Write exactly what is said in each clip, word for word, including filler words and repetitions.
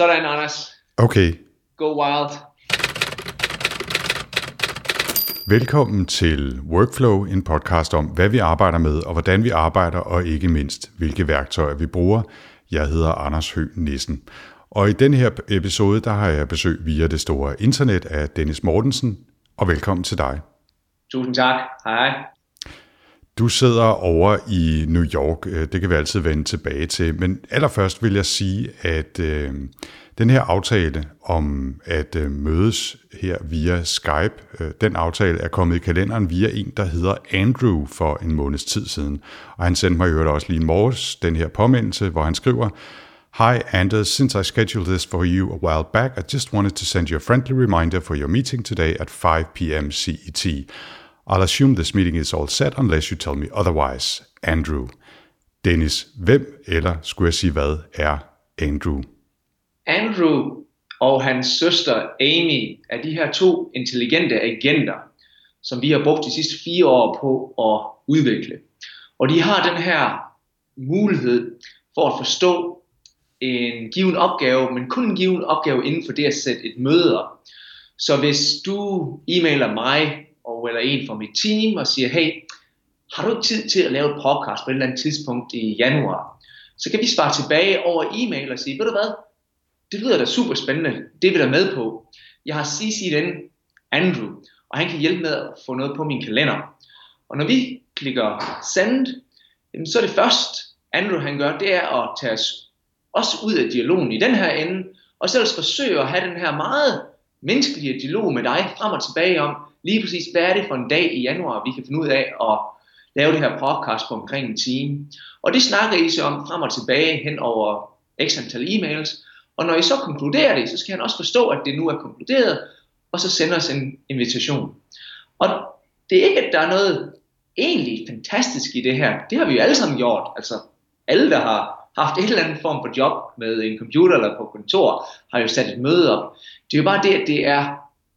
Sådan, Anders. Okay. Go wild. Velkommen til Workflow, en podcast om, hvad vi arbejder med, og hvordan vi arbejder, og ikke mindst, hvilke værktøjer vi bruger. Jeg hedder Anders Høgh Nissen. Og i den her episode, der har jeg besøg via det store internet af Dennis Mortensen, og velkommen til dig. Tusind tak. Hej. Du sidder over i New York, det kan vi altid vende tilbage til, men allerførst vil jeg sige, at øh, den her aftale om at øh, mødes her via Skype, øh, den aftale er kommet i kalenderen via en, der hedder Andrew for en måneds tid siden. Og han sendte mig i øvrigt også lige en morges den her påmindelse, hvor han skriver: Hi Anders, since I scheduled this for you a while back, I just wanted to send you a friendly reminder for your meeting today at five p.m. C E T. I'll assume this meeting is all set unless you tell me otherwise. Andrew. Dennis, hvem eller skulle jeg sige hvad er Andrew? Andrew og hans søster Amy er de her to intelligente agenter, som vi har brugt de sidste fire år på at udvikle. Og de har den her mulighed for at forstå en given opgave, men kun en given opgave inden for det at sætte et møde op. Så hvis du e-mailer mig og eller en fra mit team og siger, hey, har du ikke tid til at lave et podcast på et eller andet tidspunkt i januar, så kan vi svare tilbage over e-mail og sige, ved du hvad, det lyder da super spændende, det er vi da med på. Jeg har C C'd den Andrew, og han kan hjælpe med at få noget på min kalender. Og når vi klikker send, så er det først Andrew han gør, det er at tage os ud af dialogen i den her ende, og så ellers forsøge at have den her meget menneskelige dialog med dig frem og tilbage om, lige præcis, hvad er det for en dag i januar, vi kan finde ud af at lave det her podcast på omkring en time. Og det snakker I så om frem og tilbage hen over x antal e-mails. Og når I så konkluderer det, så skal han også forstå, at det nu er konkluderet, og så sender os en invitation. Og det er ikke, at der er noget egentlig fantastisk i det her. Det har vi jo alle sammen gjort. Altså alle, der har haft et eller andet form for job med en computer eller på kontor, har jo sat et møde op. Det er jo bare det, at det er,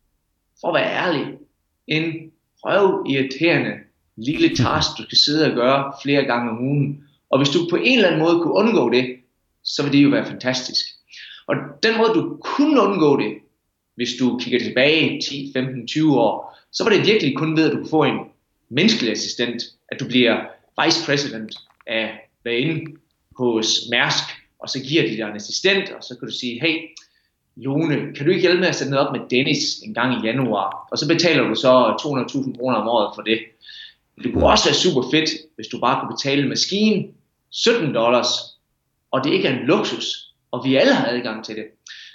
for at være ærlig, en røvirriterende lille task, du skal sidde og gøre flere gange om ugen. Og hvis du på en eller anden måde kunne undgå det, så vil det jo være fantastisk. Og den måde, du kunne undgå det, hvis du kigger tilbage ti, femten, tyve år, så var det virkelig kun ved, at du kunne få en menneskelig assistent, at du bliver vice president af hvad inde hos Mærsk, og så giver de dig en assistent, og så kan du sige, hey, Lone, kan du ikke hjælpe med at sætte noget op med Dennis en gang i januar? Og så betaler du så to hundrede tusind kroner om året for det. Det kunne også være super fedt, hvis du bare kunne betale maskinen sytten dollars, og det ikke er en luksus, og vi alle har adgang til det.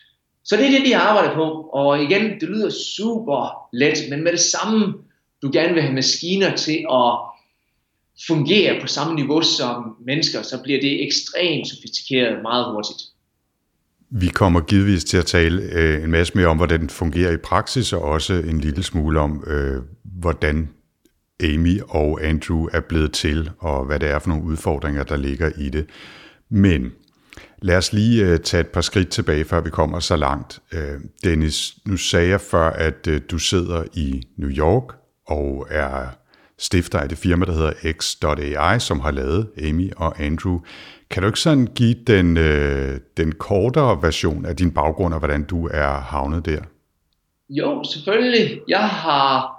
Så det er det, vi arbejder på, og igen, det lyder super let, men med det samme, du gerne vil have maskiner til at fungere på samme niveau som mennesker, så bliver det ekstremt sofistikeret meget hurtigt. Vi kommer givetvis til at tale øh, en masse mere om, hvordan det fungerer i praksis, og også en lille smule om, øh, hvordan Amy og Andrew er blevet til, og hvad det er for nogle udfordringer, der ligger i det. Men lad os lige øh, tage et par skridt tilbage, før vi kommer så langt. Øh, Dennis, nu sagde jeg før, at øh, du sidder i New York og er stifter af det firma, der hedder X punktum A I, som har lavet Amy og Andrew. Kan du ikke sådan give den, øh, den kortere version af din baggrund, og hvordan du er havnet der? Jo, selvfølgelig. Jeg har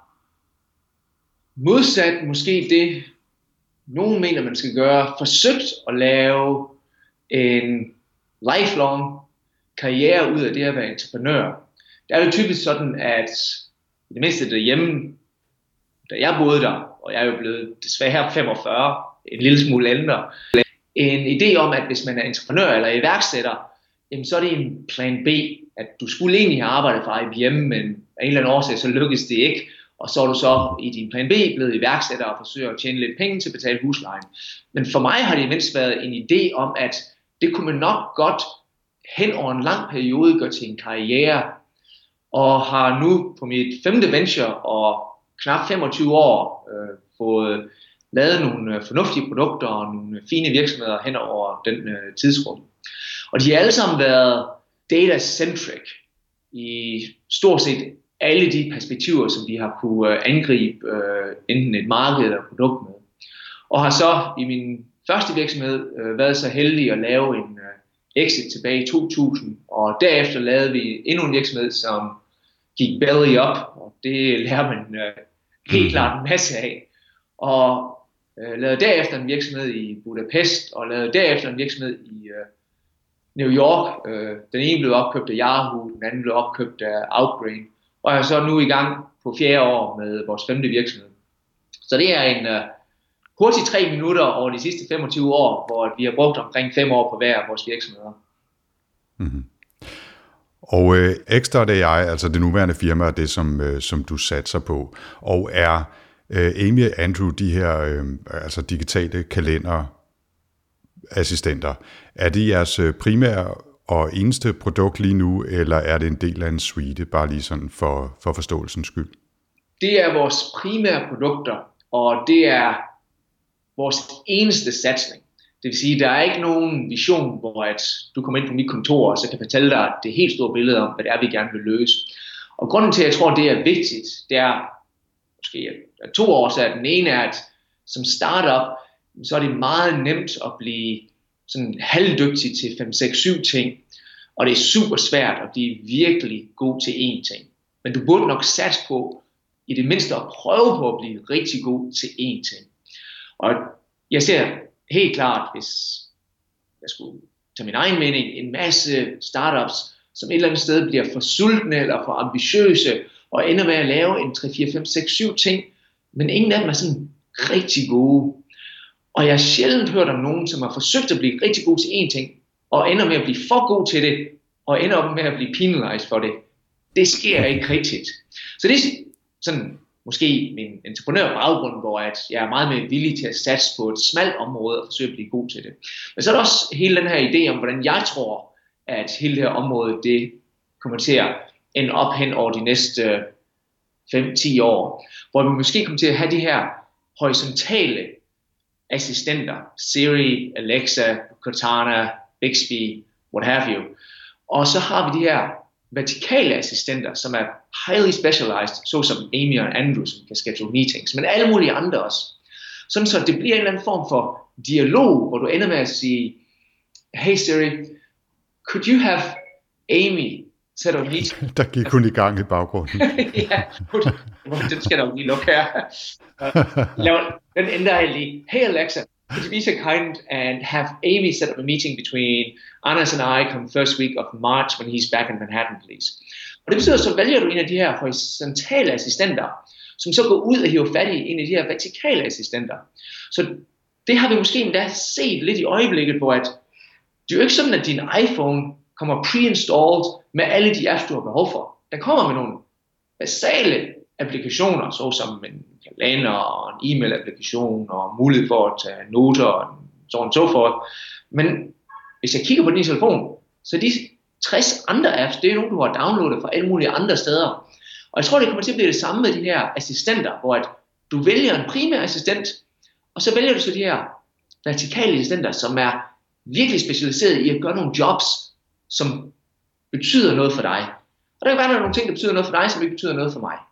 modsat måske det, nogen mener, man skal gøre, forsøgt at lave en lifelong karriere ud af det at være entreprenør. Det er jo typisk sådan, at i det mindste derhjemme, da jeg boede der, og jeg er jo blevet desværre femogfyrre, en lille smule ældre, en idé om, at hvis man er entreprenør eller iværksætter, jamen så er det en plan B, at du skulle egentlig have arbejdet for I B M, men af en eller anden årsag, så lykkedes det ikke, og så er du så i din plan B blevet iværksætter og forsøger at tjene lidt penge til at betale huslejen. Men for mig har det mindst været en idé om, at det kunne man nok godt hen over en lang periode gøre til en karriere, og har nu på mit femte venture og knap femogtyve år øh, fået lavet nogle fornuftige produkter og nogle fine virksomheder hen over den øh, tidsrum. Og de har alle sammen været data-centric i stort set alle de perspektiver, som vi har kunne øh, angribe øh, enten et marked eller et produkt med. Og har så i min første virksomhed øh, været så heldig at lave en, øh, exit tilbage i to tusind, og derefter lavede vi endnu en virksomhed, som gik belly up, og det lærer man øh, helt klart en masse af. Og øh, lavede derefter en virksomhed i Budapest, og lavede derefter en virksomhed i øh, New York. Øh, den ene blev opkøbt af Yahoo, den anden blev opkøbt af Outbrain, og jeg er så nu i gang på fjerde år med vores femte virksomhed. Så det er en øh, hurtigt tre minutter over de sidste femogtyve år, hvor vi har brugt omkring fem år på hver af vores virksomheder. Mm-hmm. Og øh, X.A I, altså det nuværende firma, er det, som, øh, som du satser på, og er øh, Amy og Andrew de her øh, altså digitale kalenderassistenter, er det jeres primære og eneste produkt lige nu, eller er det en del af en suite, bare lige sådan for, for forståelsens skyld? Det er vores primære produkter, og det er vores eneste satsning. Det vil sige, at der er ikke nogen vision, hvor at du kommer ind på mit kontor, og så kan fortælle dig det helt store billede om, hvad det er, vi gerne vil løse. Og grunden til, at jeg tror, det er vigtigt, det er måske at to årsager. Den ene er, at som startup, så er det meget nemt at blive sådan halvdygtig til fem, seks, syv ting, og det er super svært at blive virkelig god til én ting. Men du burde nok satse på, i det mindste at prøve på at blive rigtig god til én ting. Og jeg ser helt klart, hvis jeg skulle tage min egen mening, en masse startups, som et eller andet sted bliver for sultne eller for ambitiøse, og ender med at lave en tre, fire, fem, seks, syv ting, men ingen af dem er sådan rigtig gode. Og jeg har sjældent hørt om nogen, som har forsøgt at blive rigtig god til én ting, og ender med at blive for god til det, og ender op med at blive penalized for det. Det sker ikke rigtigt. Så det er sådan måske min entreprenørbaggrund, hvor at jeg er meget mere villig til at satse på et smalt område og forsøge at blive god til det. Men så er der også hele den her idé om, hvordan jeg tror, at hele det her område, det kommer til at ende op hen over de næste fem til ti år, hvor vi måske kommer til at have de her horisontale assistenter, Siri, Alexa, Cortana, Bixby, what have you. Og så har vi de her vertikale assistenter, som er highly specialized, såsom Amy og Andrew, som kan schedule meetings, men alle mulige andre også. Sådan så det bliver en eller anden form for dialog, hvor du ender med at sige, hey Siri, could you have Amy set up meeting? Der gik hun i gang i baggrunden. Ja, den skal der jo lige lukke her. Den ender jeg lige. Hey Alexa, could you be so kind and have Amy set up a meeting between Anders and I come first week of March when he's back in Manhattan, please? Og det betyder, så vælger du en af de her horisontale assistenter, som så går ud og hiver fat i en af de her vertikale assistenter. Så det har vi måske endda set lidt i øjeblikket på, at det er jo ikke sådan, at din iPhone kommer pre-installed med alle de apps, du har behov for. Den kommer med nogle basale applikationer, såsom en kalender og en e-mail-applikation og mulighed for at tage noter og sådan og så forth. Men hvis jeg kigger på din telefon, så de tres andre apps, det er nogle, du har downloadet fra alle mulige andre steder. Og jeg tror, det kommer til at blive det samme med de her assistenter, hvor at du vælger en primær assistent, og så vælger du så de her vertikale assistenter, som er virkelig specialiseret i at gøre nogle jobs, som betyder noget for dig. Og der kan være nogle ting, der betyder noget for dig, som ikke betyder noget for mig.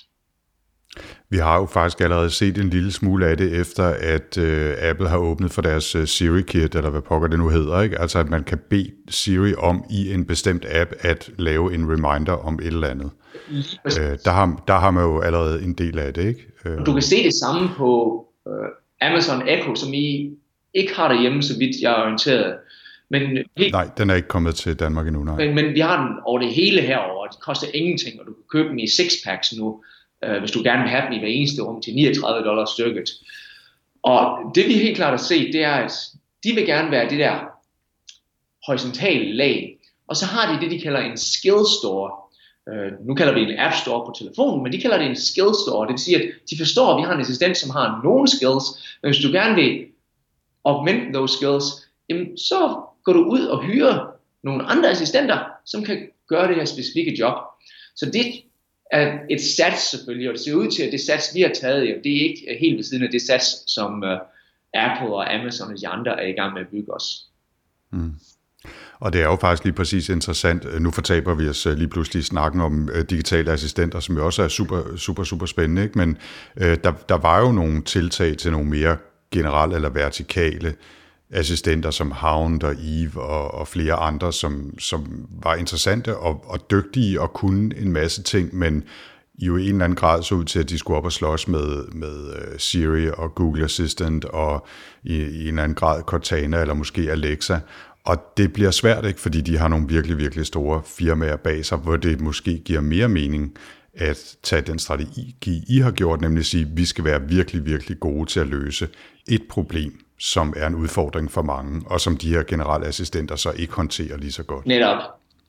Vi har jo faktisk allerede set en lille smule af det, efter at øh, Apple har åbnet for deres øh, Siri-kit, eller hvad pokker det nu hedder, ikke? Altså at man kan bede Siri om i en bestemt app at lave en reminder om et eller andet. Øh, der, har, der har man jo allerede en del af det, ikke? Øh. Du kan se det samme på øh, Amazon Echo, som I ikke har derhjemme, så vidt jeg er orienteret. Men helt, nej, den er ikke kommet til Danmark endnu, nej. Men, men vi har den over det hele herovre. Det koster ingenting, og du kan købe dem i six-packs nu, øh, hvis du gerne vil have dem i hver eneste rum til niogtredive dollars stykket. Og det vi helt klart har set, det er, at de vil gerne være det der horisontale lag. Og så har de det, de kalder en skill store. Uh, nu kalder vi en app store på telefonen, men de kalder det en skill store. Det vil sige, at de forstår, at vi har en assistent, som har nogle skills, men hvis du gerne vil augment those skills, jamen, så går du ud og hyrer nogle andre assistenter, som kan gøre det her specifikke job. Så det er et sats selvfølgelig, og det ser ud til, at det sats, vi har taget, det er ikke helt ved siden af det sats, som uh, Apple og Amazon og de andre er i gang med at bygge os. Mm. Og det er jo faktisk lige præcis interessant. Nu fortaber vi os lige pludselig snakken om uh, digitale assistenter, som jo også er super, super, super spændende, ikke? Men uh, der, der var jo nogle tiltag til nogle mere generelle eller vertikale assistenter som Hound og Eve og, og flere andre, som, som var interessante og, og dygtige og kunne en masse ting, men jo i en eller anden grad så ud til, at de skulle op og slås med, med Siri og Google Assistant og i, i en eller anden grad Cortana eller måske Alexa. Og det bliver svært, ikke, fordi de har nogle virkelig, virkelig store firmaer bag sig, hvor det måske giver mere mening at tage den strategi, I har gjort, nemlig at sige, at vi skal være virkelig, virkelig gode til at løse et problem, som er en udfordring for mange, og som de her generelle assistenter så ikke håndterer lige så godt. Netop.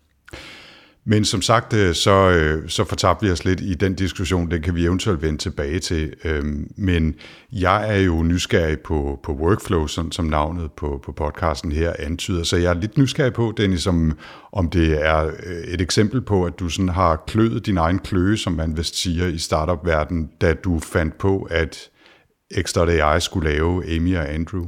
Men som sagt, så, så fortabte vi os lidt i den diskussion, den kan vi eventuelt vende tilbage til. Men jeg er jo nysgerrig på, på workflow, sådan som navnet på, på podcasten her antyder. Så jeg er lidt nysgerrig på, Dennis, om, om det er et eksempel på, at du sådan har kløet din egen kløe, som man vist siger i startup-verdenen, da du fandt på, at X dot A I skulle lave Amy og Andrew.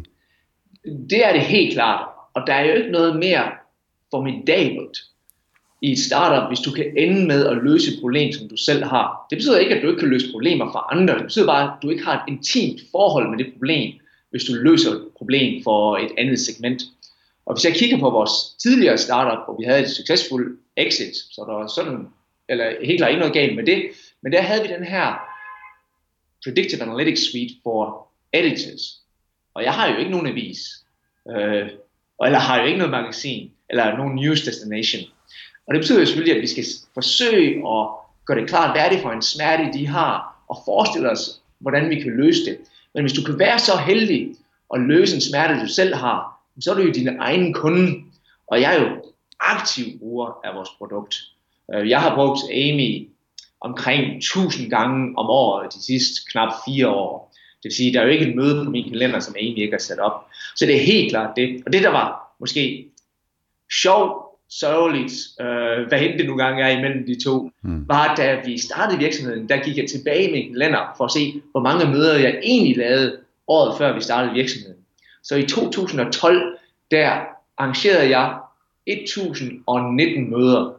Det er det helt klart. Og der er jo ikke noget mere formidabelt i et startup, hvis du kan ende med at løse et problem, som du selv har. Det betyder ikke, at du ikke kan løse problemer for andre. Det betyder bare, at du ikke har et intimt forhold med det problem, hvis du løser et problem for et andet segment. Og hvis jeg kigger på vores tidligere startup, hvor vi havde et succesfuldt exit, så der var sådan, eller helt klart ikke noget galt med det, men der havde vi den her Predictive Analytics Suite for editors. Og jeg har jo ikke nogen avis, øh, eller har jo ikke noget magasin, eller nogen news destination. Og det betyder jo selvfølgelig, at vi skal forsøge at gøre det klart, hvad er det for en smerte, de har, og forestille os, hvordan vi kan løse det. Men hvis du kan være så heldig at løse en smerte, du selv har, så er du jo din egen kunde. Og jeg er jo aktiv bruger af vores produkt. Jeg har brugt Amy omkring tusind gange om året de sidste knap fire år. Det vil sige, at der er jo ikke et møde på min kalender, som Amy ikke har sat op. Så det er helt klart det. Og det, der var måske sjovt, sørgeligt, øh, hvad end det nogle gange er imellem de to, mm. var, da vi startede virksomheden, der gik jeg tilbage i min kalender for at se, hvor mange møder jeg egentlig lavede året før vi startede virksomheden. Så i to tusind og tolv, der arrangerede jeg et tusind og nitten møder.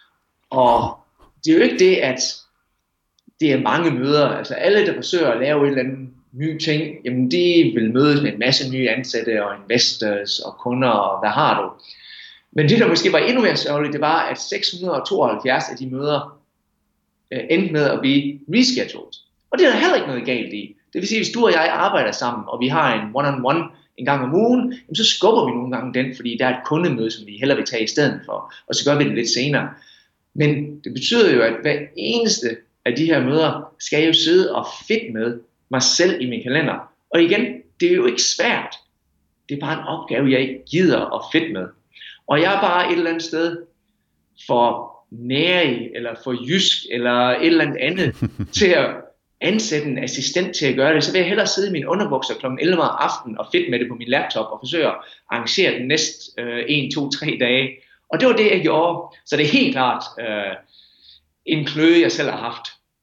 Og det er jo ikke det, at det er mange møder. Altså alle, der forsøger at lave et eller andet nye ting, jamen de vil mødes med en masse nye ansatte og investors og kunder og hvad har du. Men det, der måske var endnu mere sørgeligt, det var, at seks hundrede og tooghalvfjerds af de møder øh, endte med at blive rescheduled. Og det er der heller ikke noget galt i. Det vil sige, hvis du og jeg arbejder sammen, og vi har en one-on-one en gang om ugen, jamen, så skubber vi nogle gange den, fordi der er et kundemøde, som vi hellere vil tage i stedet for, og så gør vi det lidt senere. Men det betyder jo, at hver eneste af de her møder skal jeg jo sidde og fedt med mig selv i min kalender. Og igen, det er jo ikke svært. Det er bare en opgave, jeg ikke gider at fedt med. Og jeg er bare et eller andet sted for nærig, eller for jysk, eller et eller andet til at ansætte en assistent til at gøre det. Så vil jeg hellere sidde i min underbukser klokken elleve om aftenen og fedt med det på min laptop og forsøge at arrangere den næste øh, en, to, tre dage. Og det var det, jeg gjorde. Så det er helt klart øh, en kløe, jeg selv har haft.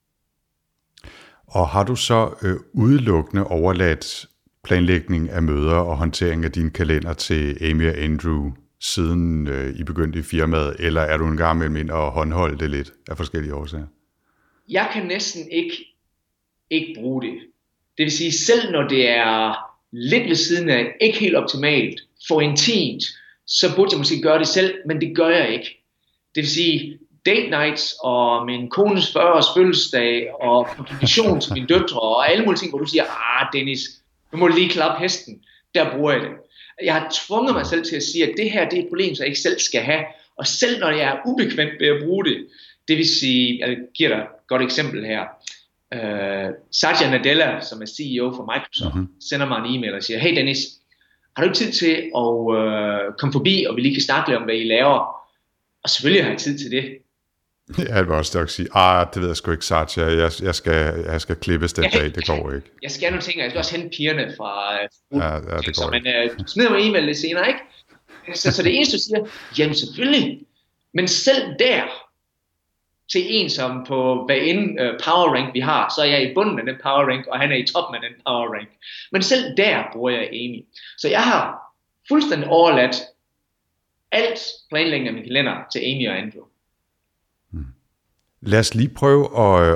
Og har du så øh, udelukkende overladt planlægning af møder og håndtering af din kalender til Amy og Andrew, siden øh, I begyndte i firmaet, eller er du en gang med ind og håndholde det lidt af forskellige årsager? Jeg kan næsten ikke, ikke bruge det. Det vil sige, selv når det er lidt ved siden af, ikke helt optimalt, for intimt, så burde jeg måske gøre det selv, men det gør jeg ikke. Det vil sige, date nights og min kones fyrre-års fødselsdag og konfirmation til mine døtre og alle mulige ting, hvor du siger, ah Dennis, nu må du lige klappe hesten, der bruger jeg det. Jeg har tvunget mig selv til at sige, at det her det er et problem, som jeg ikke selv skal have. Og selv når jeg er ubekvemt ved at bruge det, det vil sige, jeg giver dig et godt eksempel her. Uh, Satya Nadella, som er C E O for Microsoft, mm-hmm. sender mig en e-mail og siger, hey Dennis, har du tid til at uh, komme forbi, og vi lige kan snakke lidt om, hvad I laver? Og selvfølgelig har jeg tid til det. Jeg vil også nok sige, ah, det ved jeg sgu ikke, Satya, jeg, jeg, skal, jeg skal klippes den dag, det går ikke. Jeg skal nogle ting, jeg skal også hente pigerne fra uh, ja, ja, det går så man uh, smider mig e-mail lidt senere, ikke? Så, så det eneste, du siger, jamen selvfølgelig, men selv der, til en som på hvad end uh, power rank vi har, så er jeg i bunden af den power rank, og han er i toppen af den power rank. Men selv der bruger jeg Amy. Så jeg har fuldstændig overladt alt planlægning af min kalender til Amy og Andrew. Lad os lige prøve at, at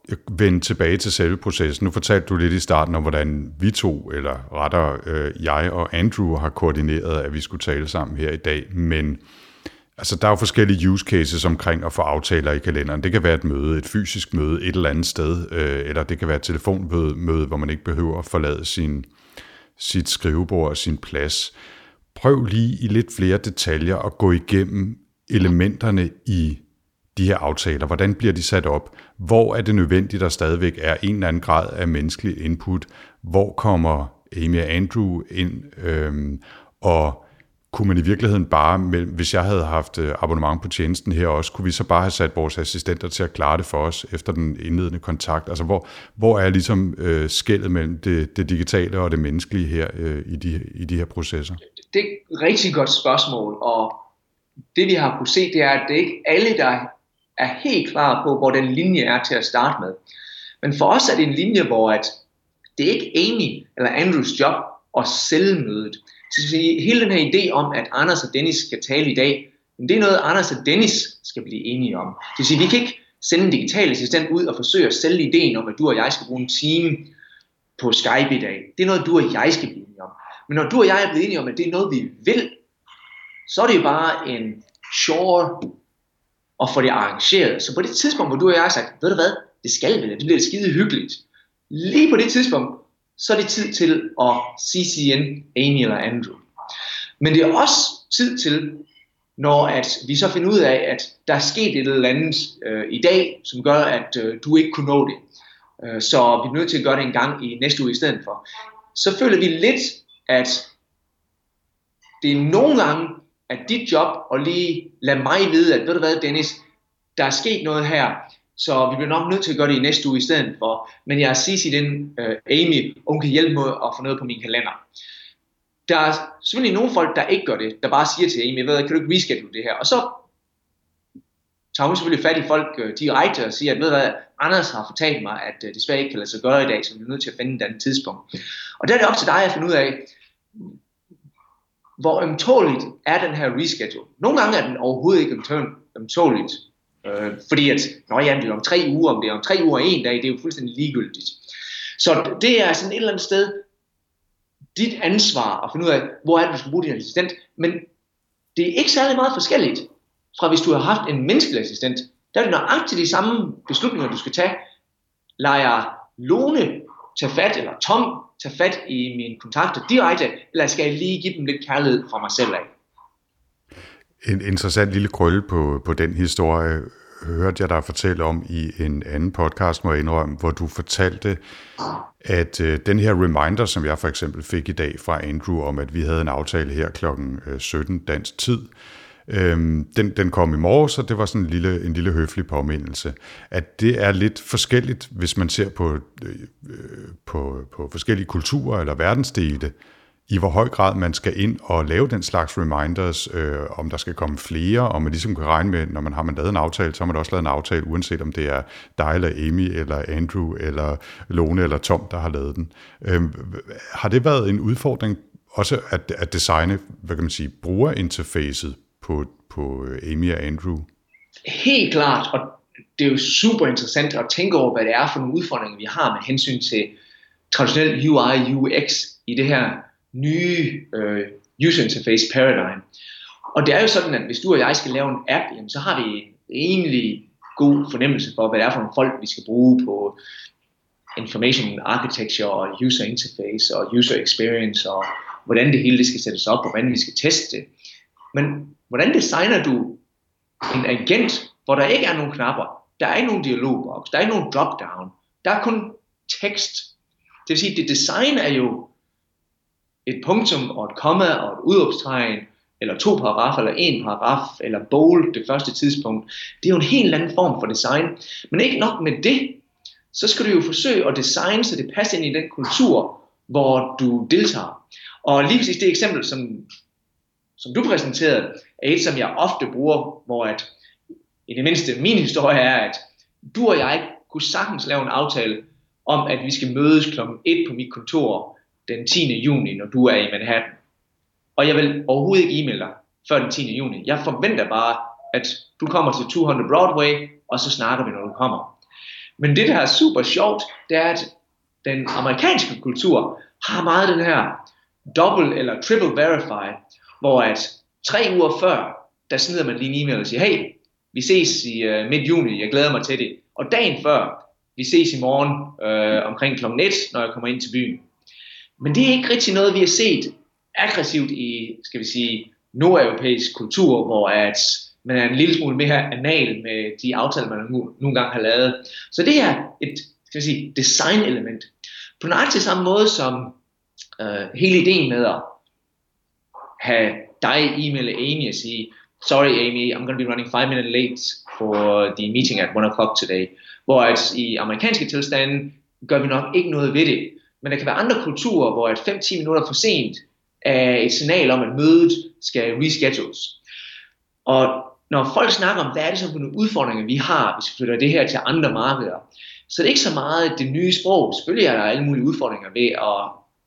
vende tilbage til selve processen. Nu fortalte du lidt i starten om, hvordan vi to, eller rettere øh, jeg og Andrew har koordineret, at vi skulle tale sammen her i dag, men altså, der er jo forskellige use cases omkring at få aftaler i kalenderen. Det kan være et møde, et fysisk møde et eller andet sted, øh, eller det kan være et telefonmøde, hvor man ikke behøver at forlade sin, sit skrivebord og sin plads. Prøv lige i lidt flere detaljer at gå igennem elementerne i de her aftaler. Hvordan bliver de sat op? Hvor er det nødvendigt, der stadigvæk er en eller anden grad af menneskelig input? Hvor kommer Amy og Andrew ind? Øhm, og kunne man i virkeligheden bare, hvis jeg havde haft abonnement på tjenesten her også, kunne vi så bare have sat vores assistenter til at klare det for os efter den indledende kontakt? Altså, hvor, hvor er ligesom øh, skellet mellem det, det digitale og det menneskelige her øh, i, de, i de her processer? Det er et rigtig godt spørgsmål, og det vi har kunne se, det er, at det ikke er alle, der er helt klar på, hvor den linje er til at starte med. Men for os er det en linje, hvor at det er ikke Amy eller Andrews job at sælge mødet. Så hele den her idé om, at Anders og Dennis skal tale i dag, det er noget, Anders og Dennis skal blive enige om. Det vil sige, vi kan ikke sende en digital assistent ud og forsøge at sælge ideen om, at du og jeg skal bruge en time på Skype i dag. Det er noget, du og jeg skal blive enige om. Men når du og jeg er blevet enige om, at det er noget, vi vil, så er det jo bare en chore at få det arrangeret. Så på det tidspunkt, hvor du og jeg har sagt, ved du hvad, det skal vel, det bliver skide hyggeligt. Lige på det tidspunkt, så er det tid til at C C N Amy eller Andrew. Men det er også tid til, når at vi så finder ud af, at der er sket et eller andet øh, i dag, som gør, at øh, du ikke kunne nå det. Øh, så vi er nødt til at gøre det en gang i næste uge i stedet for. Så føler vi lidt, at det er nogle gange, at dit job at lige lade mig vide, at ved du hvad, Dennis, der er sket noget her, så vi bliver nok nødt til at gøre det i næste uge i stedet for. Men jeg har C C'd den uh, Amy, og hun kan hjælpe mig at få noget på min kalender. Der er selvfølgelig nogle folk, der ikke gør det, der bare siger til Amy, ved, kan du ikke reschedule det her? Og så tager hun selvfølgelig fat i folk uh, direkte og siger, at ved hvad, Anders har fortalt mig, at uh, desværre ikke kan lade sig gøre i dag, så vi er nødt til at finde et andet tidspunkt. Og der er det op til dig at finde ud af, hvor ømtåligt er den her reschedule. Nogle gange er den overhovedet ikke ømtåligt. Øh, fordi at, nå ja, det er om tre uger, om det er om tre uger og en dag, det er jo fuldstændig ligegyldigt. Så det er sådan et eller andet sted dit ansvar at finde ud af, hvor er det, du skal bruge din assistent. Men det er ikke særlig meget forskelligt fra hvis du har haft en menneskelig assistent. Der er det nøjagtigt de samme beslutninger, du skal tage. Lader jeg Lone tage fat, eller Tom tage fat i mine kontakter direkte, eller skal jeg lige give dem lidt kærlighed fra mig selv af? En interessant lille krølle på, på den historie hørte jeg dig fortælle om i en anden podcast, må jeg indrømme, hvor du fortalte, at øh, den her reminder, som jeg for eksempel fik i dag fra Andrew, om at vi havde en aftale her klokken sytten dansk tid, øh, den, den kom i morgen, så det var sådan en lille, en lille høflig påmindelse. At det er lidt forskelligt, hvis man ser på, øh, på, på forskellige kulturer eller verdensdele, i hvor høj grad man skal ind og lave den slags reminders, øh, om der skal komme flere, og man ligesom kan regne med, når man har man lavet en aftale, så har man også lavet en aftale, uanset om det er dig eller Amy, eller Andrew, eller Lone, eller Tom, der har lavet den. Øh, har det været en udfordring også at, at designe, hvad kan man sige, brugerinterfacet på, på Amy og Andrew? Helt klart, og det er jo super interessant at tænke over, hvad det er for nogle udfordringer, vi har med hensyn til traditionel U I U X i det her nye øh, user interface paradigm. Og det er jo sådan, at hvis du og jeg skal lave en app, jamen, så har vi en rimelig god fornemmelse for, hvad det er for nogle folk, vi skal bruge på information architecture og user interface og user experience og hvordan det hele det skal sættes op og hvordan vi skal teste det. Men hvordan designer du en agent, hvor der ikke er nogen knapper, der er ikke nogen dialogboks, der er ikke nogen drop-down, der er kun tekst. Det vil sige, at det design er jo et punktum og et komma og et udråbstegn, eller to paragrafer, eller en paragraf, eller bold det første tidspunkt. Det er jo en helt anden form for design. Men ikke nok med det, så skal du jo forsøge at designe, så det passer ind i den kultur, hvor du deltager. Og lige præcis det eksempel, som, som du præsenterede, er et, som jeg ofte bruger, hvor at, i det mindste min historie er, at du og jeg kunne sagtens lave en aftale om, at vi skal mødes klokken et på mit kontor den tiende juni, når du er i Manhattan. Og jeg vil overhovedet ikke e-mail dig før den tiende juni. Jeg forventer bare, at du kommer til to hundrede Broadway, og så snakker vi, når du kommer. Men det, der er super sjovt, det er, at den amerikanske kultur har meget den her double eller triple verify, hvor at tre uger før, der smider man lige en e-mail og siger, hey, vi ses i uh, midt juni, jeg glæder mig til det. Og dagen før, vi ses i morgen øh, omkring klokken et, når jeg kommer ind til byen. Men det er ikke rigtig noget, vi har set aggressivt i, skal vi sige, nordeuropæisk kultur, hvor at man er en lille smule mere anal med de aftaler, man nu, nogle gange har lavet. Så det er et, skal vi sige, design-element. På nøjagtig samme måde som øh, hele ideen med at have dig e-mail Amy og sige, sorry Amy, I'm going to be running five minutes late for the meeting at one o'clock today. Hvor at i amerikanske tilstande gør vi nok ikke noget ved det. Men der kan være andre kulturer, hvor et fem til ti minutter for sent er et signal om, at mødet skal reschedules. Og når folk snakker om, hvad er det så for nogle udfordringer, vi har, hvis vi flytter det her til andre markeder, så det er ikke så meget det nye sprog. Selvfølgelig er der alle mulige udfordringer ved at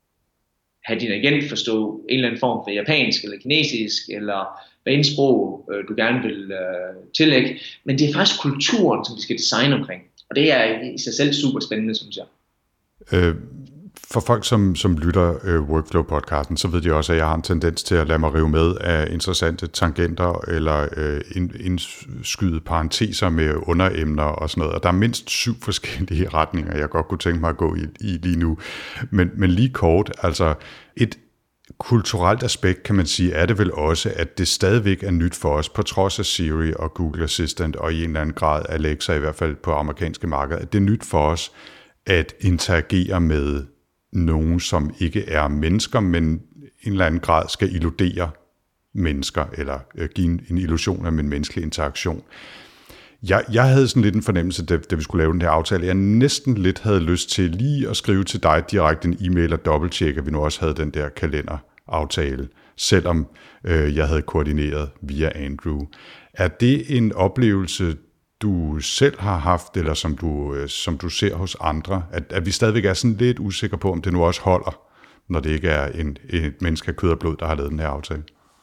have din agent forstå en eller anden form for japansk eller kinesisk, eller hvad en sprog øh, du gerne vil øh, tillægge. Men det er faktisk kulturen, som vi skal designe omkring. Og det er i sig selv super spændende, synes jeg. Øh, for folk, som, som lytter øh, Workflow-podcasten, så ved de også, at jeg har en tendens til at lade mig rive med af interessante tangenter eller øh, indskyde parenteser med underemner og sådan noget. Og der er mindst syv forskellige retninger, jeg godt kunne tænke mig at gå i, i lige nu. Men, men lige kort, altså et kulturelt aspekt, kan man sige, er det vel også, at det stadigvæk er nyt for os, på trods af Siri og Google Assistant og i en eller anden grad Alexa, i hvert fald på amerikanske markeder, at det er nyt for os at interagere med nogen, som ikke er mennesker, men en eller anden grad skal illudere mennesker, eller give en, en illusion af en menneskelig interaktion. Jeg, jeg havde sådan lidt en fornemmelse, da, da vi skulle lave den her aftale, jeg næsten lidt havde lyst til lige at skrive til dig direkte en e-mail og dobbelttjekke, at vi nu også havde den der kalenderaftale, selvom øh, jeg havde koordineret via Andrew. Er det en oplevelse, du selv har haft, eller som du, øh, som du ser hos andre, at, at vi stadigvæk er sådan lidt usikre på, om det nu også holder, når det ikke er en, et menneske af kød og blod, der har lavet den her aftale?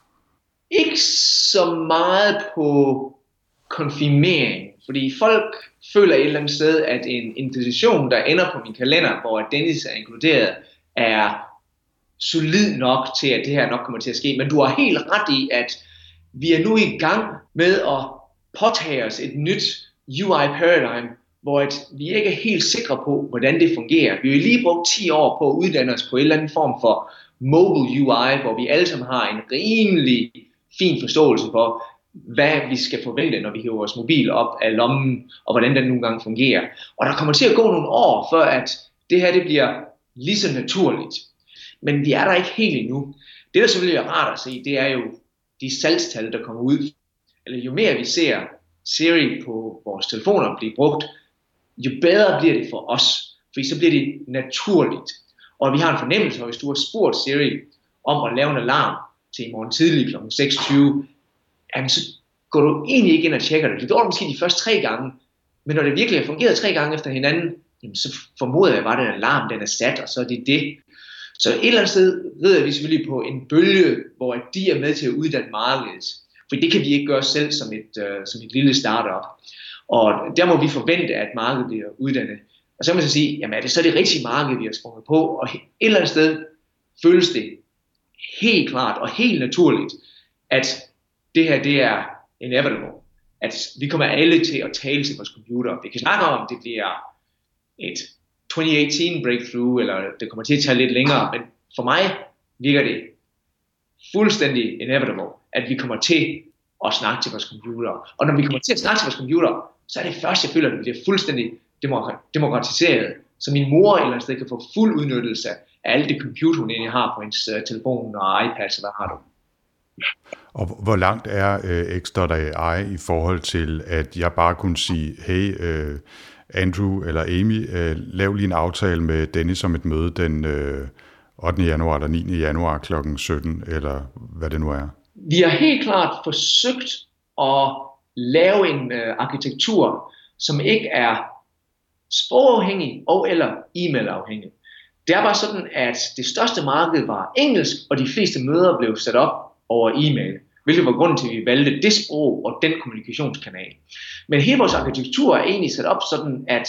Ikke så meget på konfirmering, fordi folk føler et eller andet sted, at en invitation, der ender på min kalender, hvor Dennis er inkluderet, er solid nok til, at det her nok kommer til at ske. Men du har helt ret i, at vi er nu i gang med at påtage os et nyt U I paradigm, hvor at vi ikke er helt sikre på, hvordan det fungerer. Vi har lige brugt ti år på at uddanne os på en eller anden form for mobile U I, hvor vi alle sammen har en rimelig fin forståelse for, hvad vi skal forvente, når vi hiver vores mobil op af lommen, og hvordan den nogle gange fungerer. Og der kommer til at gå nogle år, før at det her det bliver lige så naturligt. Men vi er der ikke helt endnu. Det, der selvfølgelig er rart at se, det er jo de salgstal, der kommer ud. Eller jo mere vi ser Siri på vores telefoner blive brugt, jo bedre bliver det for os. Fordi så bliver det naturligt. Og vi har en fornemmelse, for hvis du har spurgt Siri om at lave en alarm til i morgen tidlig klokken seks tyve, jamen så går du egentlig ikke ind og tjekker det. Det gjorde du måske de første tre gange, men når det virkelig har fungeret tre gange efter hinanden, jamen så formoder jeg bare, at den alarm den er sat, og så er det det. Så et eller andet sted rider vi selvfølgelig på en bølge, hvor de er med til at uddanne markedet. For det kan vi ikke gøre selv som et, uh, som et lille startup. Og der må vi forvente, at markedet bliver uddannet. Og så kan man så sige, jamen er det så det rigtige marked, vi har sprunget på? Og et eller andet sted føles det helt klart og helt naturligt, at det her, det er inevitable. At vi kommer alle til at tale til vores computer. Vi kan snakke om, det bliver et tyve atten breakthrough, eller det kommer til at tage lidt længere, men for mig virker det fuldstændig inevitable, at vi kommer til at snakke til vores computer. Og når vi kommer til at snakke til vores computer, så er det først, jeg føler, at det bliver fuldstændig demokratiseret, så min mor et eller andet sted kan få fuld udnyttelse af alle de computer, hun egentlig har på hendes uh, telefon og iPad, så hvad har du? Og hvor langt er øh, X dot A I i forhold til, at jeg bare kunne sige, hey øh, Andrew eller Amy, øh, lav lige en aftale med Dennis om et møde den øh, ottende januar eller niende januar klokken sytten, eller hvad det nu er? Vi har helt klart forsøgt at lave en øh, arkitektur, som ikke er sprogafhængig og eller e-mail afhængig. Det er bare sådan, at det største marked var engelsk, og de fleste møder blev sat op over e-mail, hvilket var grunden til, at vi valgte det sprog og den kommunikationskanal. Men hele vores arkitektur er egentlig sat op sådan, at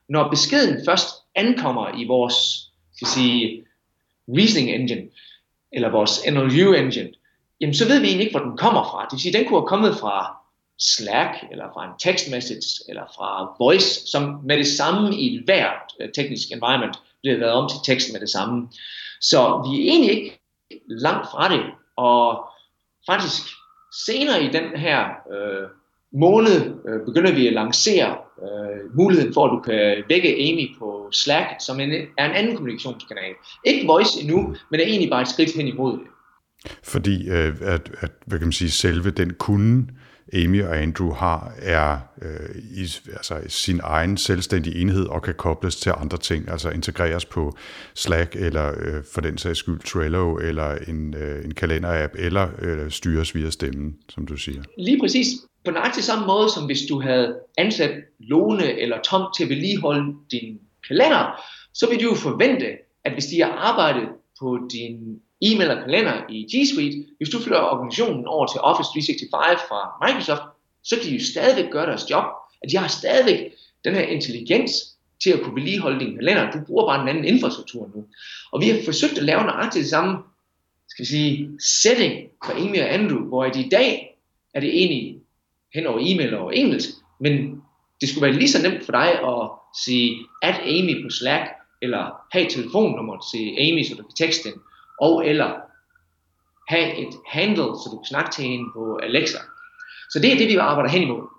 når beskeden først ankommer i vores, skal sige, reasoning engine, eller vores N L U engine, jamen så ved vi egentlig ikke, hvor den kommer fra. Det vil sige, den kunne have kommet fra Slack, eller fra en text message, eller fra voice, som med det samme i et hvert teknisk environment bliver lavet om til tekst med det samme. Så vi er egentlig ikke langt fra det, og faktisk senere i den her øh, måned øh, begynder vi at lancere øh, muligheden for, at du kan vække Amy på Slack, som en, er en anden kommunikationskanal. Ikke voice endnu, men er egentlig bare et skridt hen imod det. Fordi øh, at, at, hvad kan man sige, selve den kunde, Amy og Andrew har, er øh, i altså, sin egen selvstændige enhed og kan kobles til andre ting, altså integreres på Slack, eller øh, for den sags skyld Trello, eller en, øh, en kalenderapp, eller øh, styres via stemmen, som du siger. Lige præcis. På nøjagtig samme måde, som hvis du havde ansat Lone eller Tom til at vedligeholde din kalender, så vil du jo forvente, at hvis de har arbejdet på din e-mail og kalender i G Suite, hvis du flytter organisationen over til Office tre seksoghalvfems fra Microsoft, så kan de jo stadigvæk gøre deres job. At de har stadigvæk den her intelligens til at kunne vedligeholde din kalender. Du bruger bare en anden infrastruktur nu. Og vi har forsøgt at lave nøjagtigt det samme, skal vi sige, setting for Amy og Andrew, hvor i dag er det egentlig hen over e-mail og engelsk, men det skulle være lige så nemt for dig at sige at Amy på Slack, eller have et telefonnummer til Amy, så du kan tekste den, og eller have et handle, så du kan snakke til hende på Alexa. Så det er det, vi arbejder hen imod.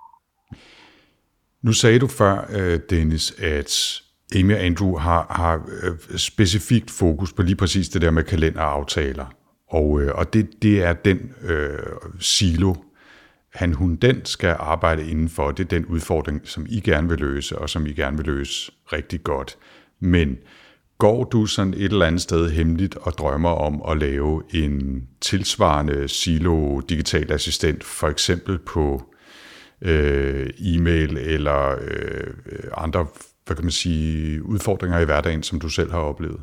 Nu sagde du før, Dennis, at Amy og Andrew har, har specifikt fokus på lige præcis det der med kalenderaftaler. Og, og det, det er den øh, silo, han, hun, den skal arbejde indenfor. Det er den udfordring, som I gerne vil løse, og som I gerne vil løse rigtig godt. Men går du sådan et eller andet sted hemmeligt og drømmer om at lave en tilsvarende silo digital assistent, for eksempel på øh, e-mail eller øh, andre, hvad kan man sige, udfordringer i hverdagen, som du selv har oplevet?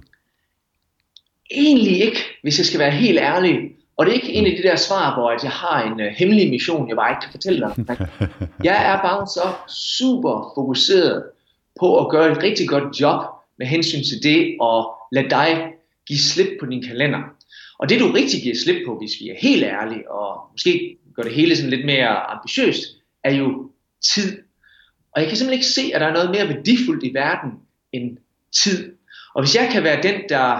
Egentlig ikke, hvis jeg skal være helt ærlig. Og det er ikke en af de der svar, hvor jeg har en uh, hemmelig mission, jeg bare ikke kan fortælle dig. Jeg er bare så super fokuseret på at gøre et rigtig godt job med hensyn til det og lade dig give slip på din kalender. Og det du rigtig giver slip på, hvis vi er helt ærlige, og måske gør det hele sådan lidt mere ambitiøst, er jo tid. Og jeg kan simpelthen ikke se, at der er noget mere værdifuldt i verden end tid. Og hvis jeg kan være den, der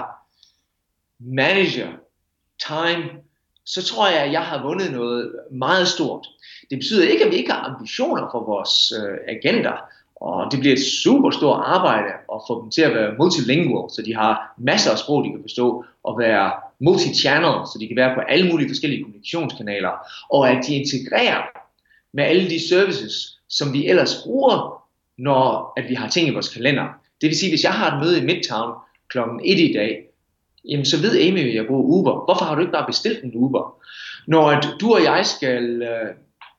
manager time, så tror jeg, at jeg har vundet noget meget stort. Det betyder ikke, at vi ikke har ambitioner for vores øh, agenter, og det bliver et super stort arbejde at få dem til at være multilingual, så de har masser af sprog, de kan forstå, og være multi-channel, så de kan være på alle mulige forskellige kommunikationskanaler, og at de integrerer med alle de services, som vi ellers bruger, når at vi har ting i vores kalender. Det vil sige, hvis jeg har et møde i Midtown klokken et i dag, jamen så ved Amy, at jeg bruger Uber. Hvorfor har du ikke bare bestilt en Uber? Når at du og jeg skal øh,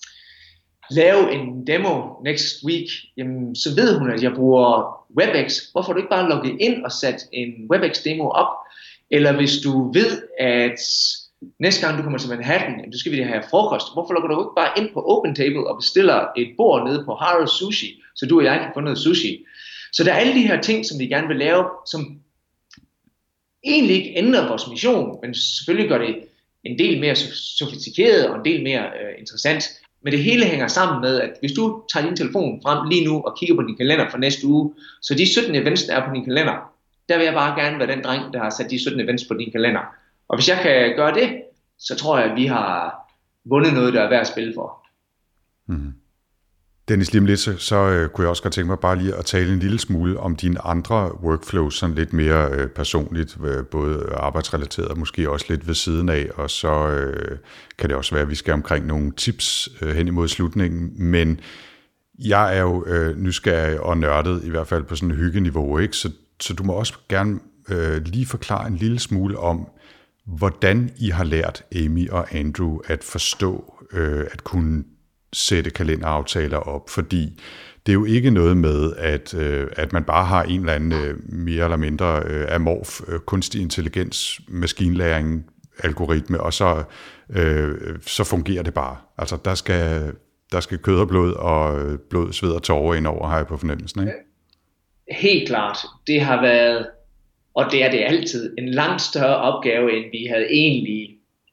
lave en demo next week, jamen så ved hun, at jeg bruger WebEx. Hvorfor har du ikke bare logget ind og sat en WebEx demo op? Eller hvis du ved, at næste gang du kommer til Manhattan, jamen, så skal vi have frokost. Hvorfor logger du ikke bare ind på OpenTable og bestiller et bord nede på Haro Sushi, så du og jeg kan få noget sushi? Så der er alle de her ting, som vi gerne vil lave, som egentlig ikke ændrer vores mission, men selvfølgelig gør det en del mere sofistikeret og en del mere øh, interessant. Men det hele hænger sammen med, at hvis du tager din telefon frem lige nu og kigger på din kalender for næste uge, så de sytten events, der er på din kalender, der vil jeg bare gerne være den dreng, der har sat de sytten events på din kalender. Og hvis jeg kan gøre det, så tror jeg, at vi har vundet noget, der er værd at spille for. Mm. Dennis, lige om lidt, så, så uh, kunne jeg også godt tænke mig bare lige at tale en lille smule om dine andre workflows, sådan lidt mere uh, personligt, uh, både arbejdsrelateret og måske også lidt ved siden af, og så uh, kan det også være, at vi skal omkring nogle tips uh, hen imod slutningen, men jeg er jo uh, nysgerrig og nørdet, i hvert fald på sådan et hyggeniveau, ikke? Så, så du må også gerne uh, lige forklare en lille smule om, hvordan I har lært Amy og Andrew at forstå, uh, at kunne sætte kalenderaftaler op, fordi det er jo ikke noget med, at, øh, at man bare har en eller anden øh, mere eller mindre øh, amorf øh, kunstig intelligens, maskinlæring, algoritme, og så, øh, så fungerer det bare. Altså, der skal, der skal kød og blod, og blod, sved og tårer ind over, har jeg på fornemmelsen, ikke? helt klart, det har været, og det er det altid, en langt større opgave, end vi havde egentlig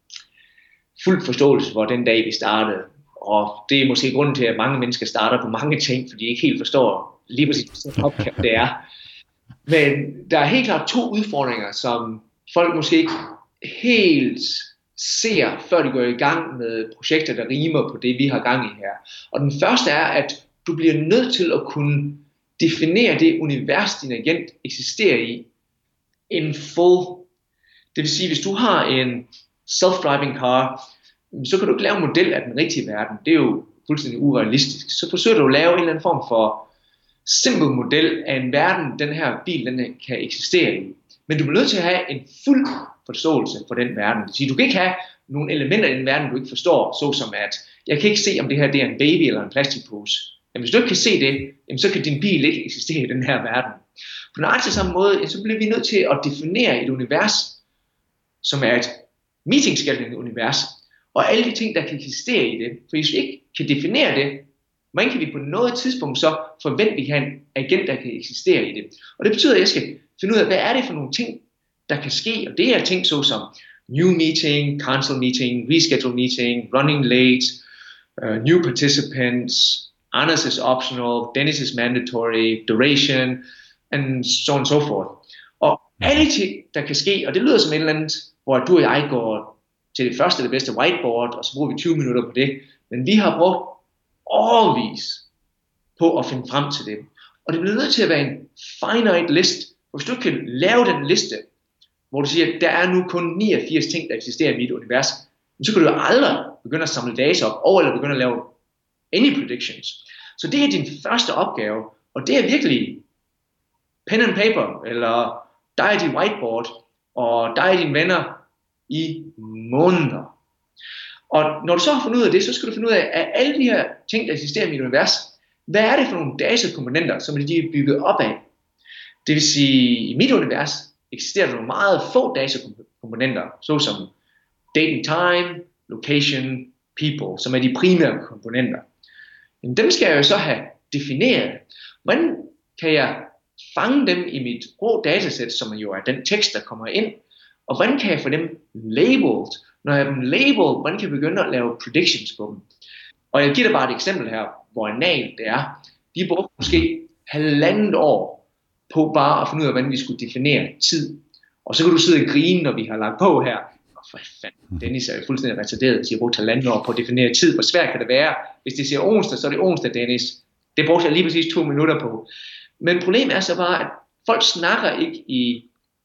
fuld forståelse for den dag, vi startede. Og det er måske grunden til, at mange mennesker starter på mange ting, fordi de ikke helt forstår lige præcis, hvad opgave det er. Men der er helt klart to udfordringer, som folk måske ikke helt ser, før de går i gang med projekter, der rimer på det, vi har gang i her. Og den første er, at du bliver nødt til at kunne definere det univers, din agent eksisterer i, en full. Det vil sige, hvis du har en self-driving car, så kan du ikke lave en model af den rigtige verden. Det er jo fuldstændig urealistisk. Så forsøger du at lave en eller anden form for simpel model af en verden, den her bil den kan eksistere i. Men du bliver nødt til at have en fuld forståelse for den verden. Det vil sige, du kan ikke have nogle elementer i den verden, du ikke forstår, såsom at jeg kan ikke se, om det her det er en baby eller en plastikpose. Jamen, hvis du ikke kan se det, jamen, så kan din bil ikke eksistere i den her verden. På nøjagtig samme måde, så bliver vi nødt til at definere et univers, som er et meeting scheduling univers, og alle de ting, der kan eksistere i det. For hvis vi ikke kan definere det, hvordan kan vi på noget tidspunkt så forvente, at vi har en agent, der kan eksistere i det. Og det betyder, at jeg skal finde ud af, hvad er det for nogle ting, der kan ske. Og det er ting såsom new meeting, cancel meeting, reschedule meeting, running late, uh, new participants, Anders is optional, Dennis is mandatory, duration, and so on and so forth. Og alle ting, der kan ske, og det lyder som et eller andet, hvor du og jeg går til det første eller bedste whiteboard, og så bruger vi tyve minutter på det. Men vi har brugt årevis på at finde frem til det. Og det bliver nødt til at være en finite list. Hvis du kan lave den liste, hvor du siger, at der er nu kun niogfirs ting, der eksisterer i mit univers, så kan du jo aldrig begynde at samle data op, og eller begynde at lave any predictions. Så det er din første opgave, og det er virkelig pen and paper, eller dig og dit whiteboard, og dig og dine venner i måneder. Og når du så har fundet ud af det, så skal du finde ud af, at alle de her ting, der eksisterer i mit univers, hvad er det for nogle datakomponenter, som de er bygget op af? Det vil sige, i mit univers eksisterer der nogle meget få datakomponenter, såsom date and time, location, people, som er de primære komponenter. Men dem skal jeg jo så have defineret. Hvordan kan jeg fange dem i mit rå datasæt, som jo er den tekst, der kommer ind, og hvordan kan jeg få dem labeled? Når jeg har dem labeled, hvordan kan jeg begynde at lave predictions på dem? Og jeg giver dig bare et eksempel her, hvor anal det er. Vi brugte måske halvandet år på bare at finde ud af, hvordan vi skulle definere tid. Og så kan du sidde og grine, når vi har lagt på her. Og for fanden, Dennis er jo fuldstændig retarderet, hvis jeg brugte halvandet år på at definere tid. Hvor svært kan det være? Hvis det siger onsdag, så er det onsdag, Dennis. Det brugte jeg lige præcis to minutter på. Men problemet er så bare, at folk snakker ikke i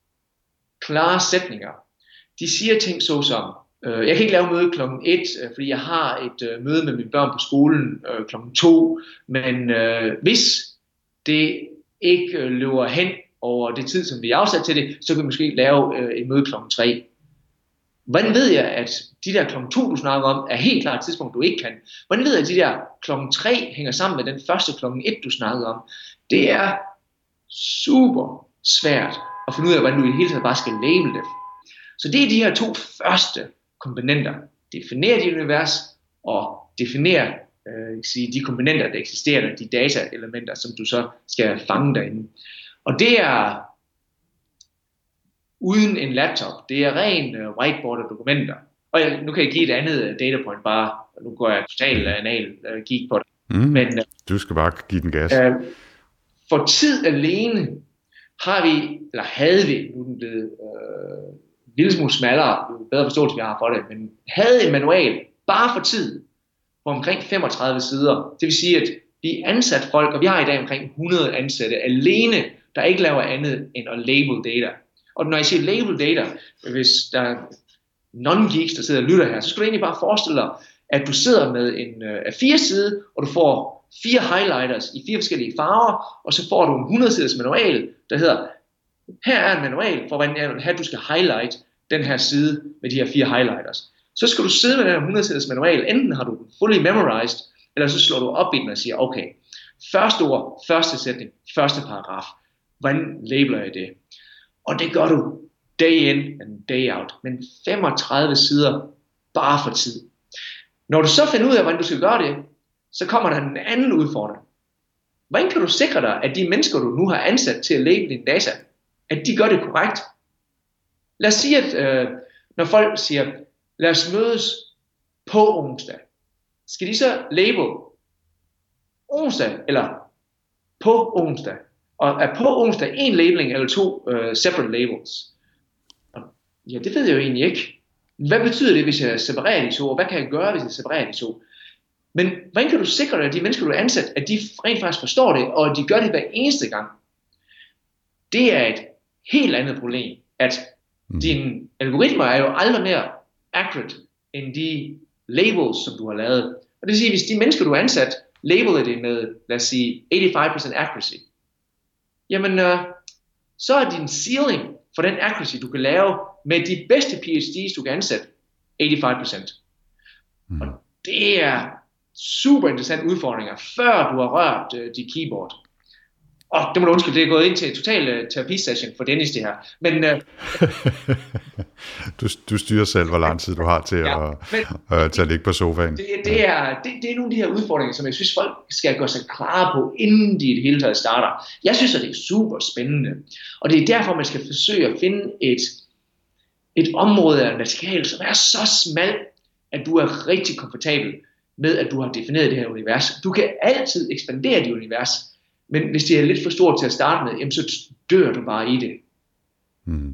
klare sætninger. De siger ting såsom, øh, jeg kan ikke lave møde klokken et, øh, fordi jeg har et øh, møde med mine børn på skolen øh, klokken to, men øh, hvis det ikke øh, løber hen over det tid, som vi er afsat til det, så kan vi måske lave øh, et møde klokken tre. Hvordan ved jeg, at de der klokken to, du snakker om, er helt klart et tidspunkt, du ikke kan? Hvordan ved jeg, at de der klokken tre hænger sammen med den første klokken et, du snakkede om? Det er super svært at finde ud af, hvordan du i det hele taget bare skal label det. Så det er de her to første komponenter. Definere dit univers og definere øh, sige, de komponenter, der eksisterer, de dataelementer, som du så skal fange derinde. Og det er uden en laptop. Det er ren uh, whiteboard og dokumenter. Og jeg, nu kan jeg give et andet uh, data point bare. Nu går jeg totalt uh, anal uh, geek på det. Mm, Men, uh, du skal bare give den gas. Uh, for tid alene har vi, eller havde vi, nu er den blevet uh, en lille smule smallere, jo bedre forståelse vi har for det, men havde en manual bare for tid på omkring femogtredive sider. Det vil sige, at vi ansat folk, og vi har i dag omkring hundrede ansatte alene, der ikke laver andet end at label data. Og når jeg siger label data, hvis der er non-geeks, der sidder og lytter her, så skal du egentlig bare forestille dig, at du sidder med en uh, A fire side, og du får fire highlighters i fire forskellige farver, og så får du en hundrede siders manual, der hedder, her er en manual for, hvordan jeg vil have, du skal highlight den her side med de her fire highlighters. Så skal du sidde med den her hundrede siders manual, enten har du den fully memorized, eller så slår du op i den og siger, okay, første ord, første sætning, første paragraf, hvordan labeler jeg det? Og det gør du day in and day out, men femogtredive sider bare for tid. Når du så finder ud af, hvordan du skal gøre det, så kommer der en anden udfordring. hvordan kan du sikre dig, at de mennesker, du nu har ansat til at label dine data, at de gør det korrekt? Lad os sige, at øh, når folk siger, lad os mødes på onsdag, skal de så label onsdag eller på onsdag? Og er på onsdag en labeling eller to øh, separate labels? Og, ja, det ved jeg jo egentlig ikke. Hvad betyder det, hvis jeg separerer de to? Og hvad kan jeg gøre, hvis jeg separerer de to? Men hvordan kan du sikre dig, at de mennesker, du er ansat, at de rent faktisk forstår det, og at de gør det hver eneste gang? Det er et helt andet problem, at mm. dine algoritmer er jo aldrig mere accurate end de labels, som du har lavet. Og det vil sige, at hvis de mennesker, du er ansat, labeler det med, lad os sige, otteoghalvfems procent accuracy, jamen, øh, så er din ceiling for den accuracy, du kan lave med de bedste P H D's, du kan ansætte, otteoghalvfems procent. Mm. Og det er super interessante udfordringer, før du har rørt øh, dit keyboard. Og det må du undskylde, det er gået ind til en total uh, terapisession for Dennis det her. Men, uh, du, du styrer selv, hvor lang tid du har til ja, at, men, at tage ligge på sofaen. Det, det, er, det, det er nogle af de her udfordringer, som jeg synes, folk skal gøre sig klare på, inden de i det hele taget starter. Jeg synes, at det er super spændende. Og det er derfor, man skal forsøge at finde et, et område af en vertikal, som er så smal, at du er rigtig komfortabel med, at du har defineret det her univers. Du kan altid ekspandere det univers, men hvis det er lidt for stort til at starte med, jamen så dør du bare i det. Mm.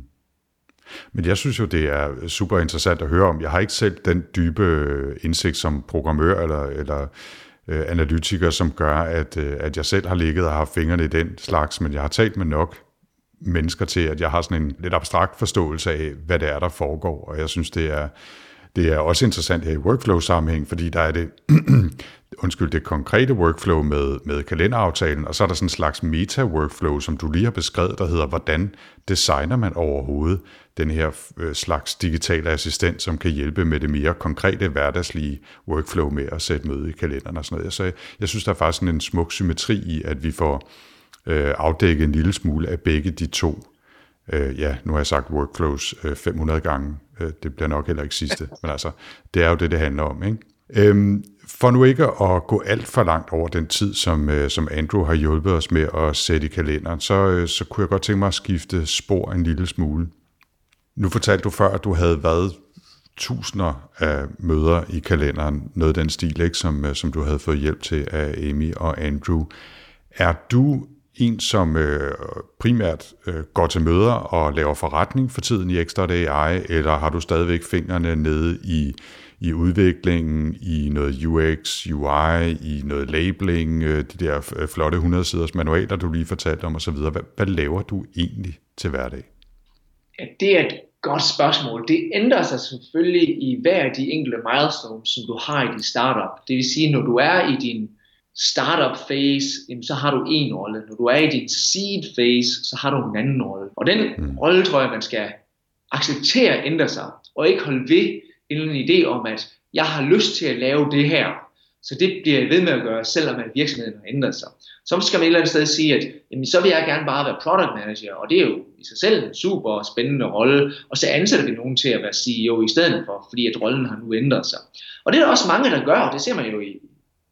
Men jeg synes jo, det er super interessant at høre om. Jeg har ikke selv den dybe indsigt som programmør eller, eller øh, analytiker, som gør, at, øh, at jeg selv har ligget og haft fingrene i den slags, men jeg har talt med nok mennesker til, at jeg har sådan en lidt abstrakt forståelse af, hvad det er, der foregår, og jeg synes, det er Det er også interessant her i workflow-sammenhæng, fordi der er det, undskyld, det konkrete workflow med, med kalenderaftalen, og så er der sådan en slags meta-workflow, som du lige har beskrevet, der hedder, hvordan designer man overhovedet den her slags digitale assistent, som kan hjælpe med det mere konkrete hverdagslige workflow med at sætte møde i kalenderen og sådan noget. Så jeg, jeg synes, der er faktisk sådan en smuk symmetri i, at vi får øh, afdækket en lille smule af begge de to. Uh, ja, nu har jeg sagt workflows uh, fem hundrede gange. Uh, det bliver nok heller ikke sidste. Men altså, det er jo det, det handler om, ikke? Um, for nu ikke at gå alt for langt over den tid, som, uh, som Andrew har hjulpet os med at sætte i kalenderen, så, uh, så kunne jeg godt tænke mig at skifte spor en lille smule. Nu fortalte du før, at du havde været tusinder af møder i kalenderen, noget af den stil, ikke, som, uh, som du havde fået hjælp til af Amy og Andrew. Er du en, som øh, primært øh, går til møder og laver forretning for tiden i Ekstart A I, eller har du stadigvæk fingrene nede i, i udviklingen, i noget U X, U I, i noget labeling, øh, de der flotte hundrede-siders manualer, du lige fortalte om osv.? Hvad, hvad laver du egentlig til hverdag? Ja, det er et godt spørgsmål. Det ændrer sig selvfølgelig i hver af de enkelte milestones, som du har i din startup. Det vil sige, når du er i din startup phase, jamen, så har du en rolle. Når du er i din seed phase, så har du en anden rolle. Og den mm. rolle tror jeg, man skal acceptere at ændre sig, og ikke holde ved en idé om, at jeg har lyst til at lave det her. Så det bliver jeg ved med at gøre, selvom at virksomheden har ændret sig. Så skal man et eller andet sted sige, at jamen, så vil jeg gerne bare være product manager, og det er jo i sig selv en super spændende rolle, og så ansætter vi nogen til at være C E O i stedet for, fordi at rollen har nu ændret sig. Og det er der også mange, der gør, og det ser man jo i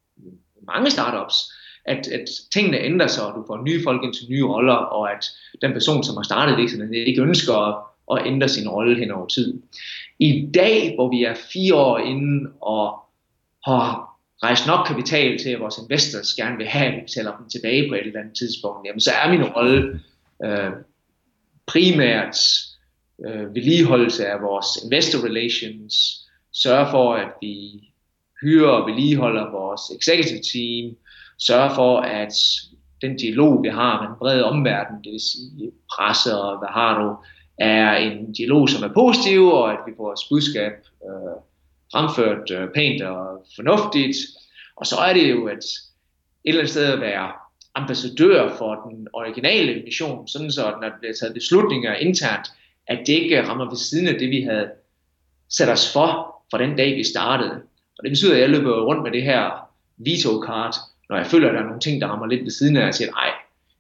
mange startups, at, at tingene ændrer sig, og du får nye folk ind til nye roller, og at den person, som har startet virksomheden, ikke ønsker at, at ændre sin rolle hen over tid. I dag, hvor vi er fire år inde og har rejst nok kapital til, at vores investors gerne vil have, at vi betaler dem tilbage på et eller andet tidspunkt, jamen, så er min rolle øh, primært øh, vedligeholdelse af vores investor relations, sørge for, at vi hyrer og vedligeholder vores executive team, sørge for, at den dialog, vi har med en bred omverden, det vil sige presse og hvad har du, er en dialog, som er positiv, og at vi får vores budskab øh, fremført øh, pænt og fornuftigt. Og så er det jo at et eller andet sted at være ambassadør for den originale mission, sådan så at når der bliver taget beslutninger internt, at det ikke rammer ved siden af det, vi havde sat os for, fra den dag, vi startede. Og det betyder, at jeg løber rundt med det her veto-card, når jeg føler, at der er nogle ting, der rammer lidt ved siden af, og jeg siger, nej,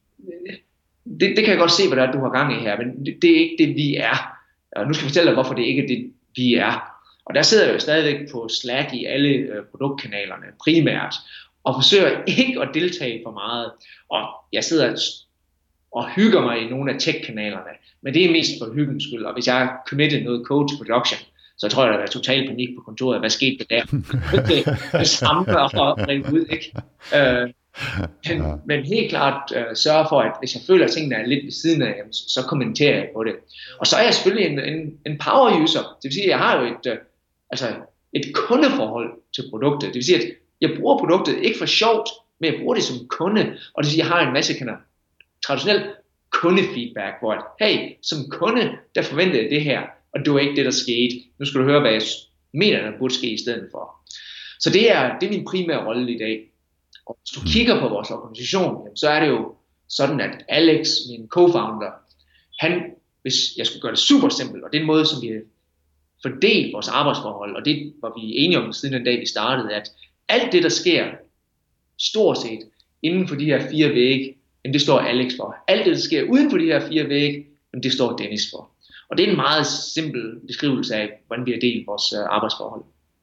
det, det kan jeg godt se, hvad det er, du har gang i her, men det, det er ikke det, vi er. Og nu skal jeg fortælle dig, hvorfor det ikke er det, vi er. Og der sidder jeg jo stadigvæk på Slack i alle øh, produktkanalerne, primært. og forsøger ikke at deltage for meget. Og jeg sidder og hygger mig i nogle af tech-kanalerne, men det er mest for hyggens skyld. Og hvis jeg har committed noget code to production, så tror jeg, der er total panik på kontoret. Hvad skete der der? det, det samme og rent ud, ikke? Øh, men, ja. men helt klart øh, sørge for, at hvis jeg føler, at tingene er lidt ved siden af, så kommenterer jeg på det. Og så er jeg selvfølgelig en, en, en power user. Det vil sige, at jeg har jo et, øh, altså et kundeforhold til produktet. Det vil sige, at jeg bruger produktet ikke for sjovt, men jeg bruger det som kunde. Og det vil sige, at jeg har en masse kan traditionel kundefeedback, hvor at, hey, som kunde, der forventede jeg det her, og det var ikke det, der skete. Nu skal du høre, hvad jeg mener, der burde ske i stedet for. Så det er, det er min primære rolle i dag. Og hvis du kigger på vores organisation, så er det jo sådan, at Alex, min co-founder, han, hvis jeg skulle gøre det super simpelt, og det er en måde, som vi har fordelt vores arbejdsforhold, og det var vi enige om siden den dag, vi startede, at alt det, der sker, stort set, inden for de her fire vægge, det står Alex for. Alt det, der sker uden for de her fire vægge, det står Dennis for. Og det er en meget simpel beskrivelse af, hvordan vi har delt vores arbejdsforhold.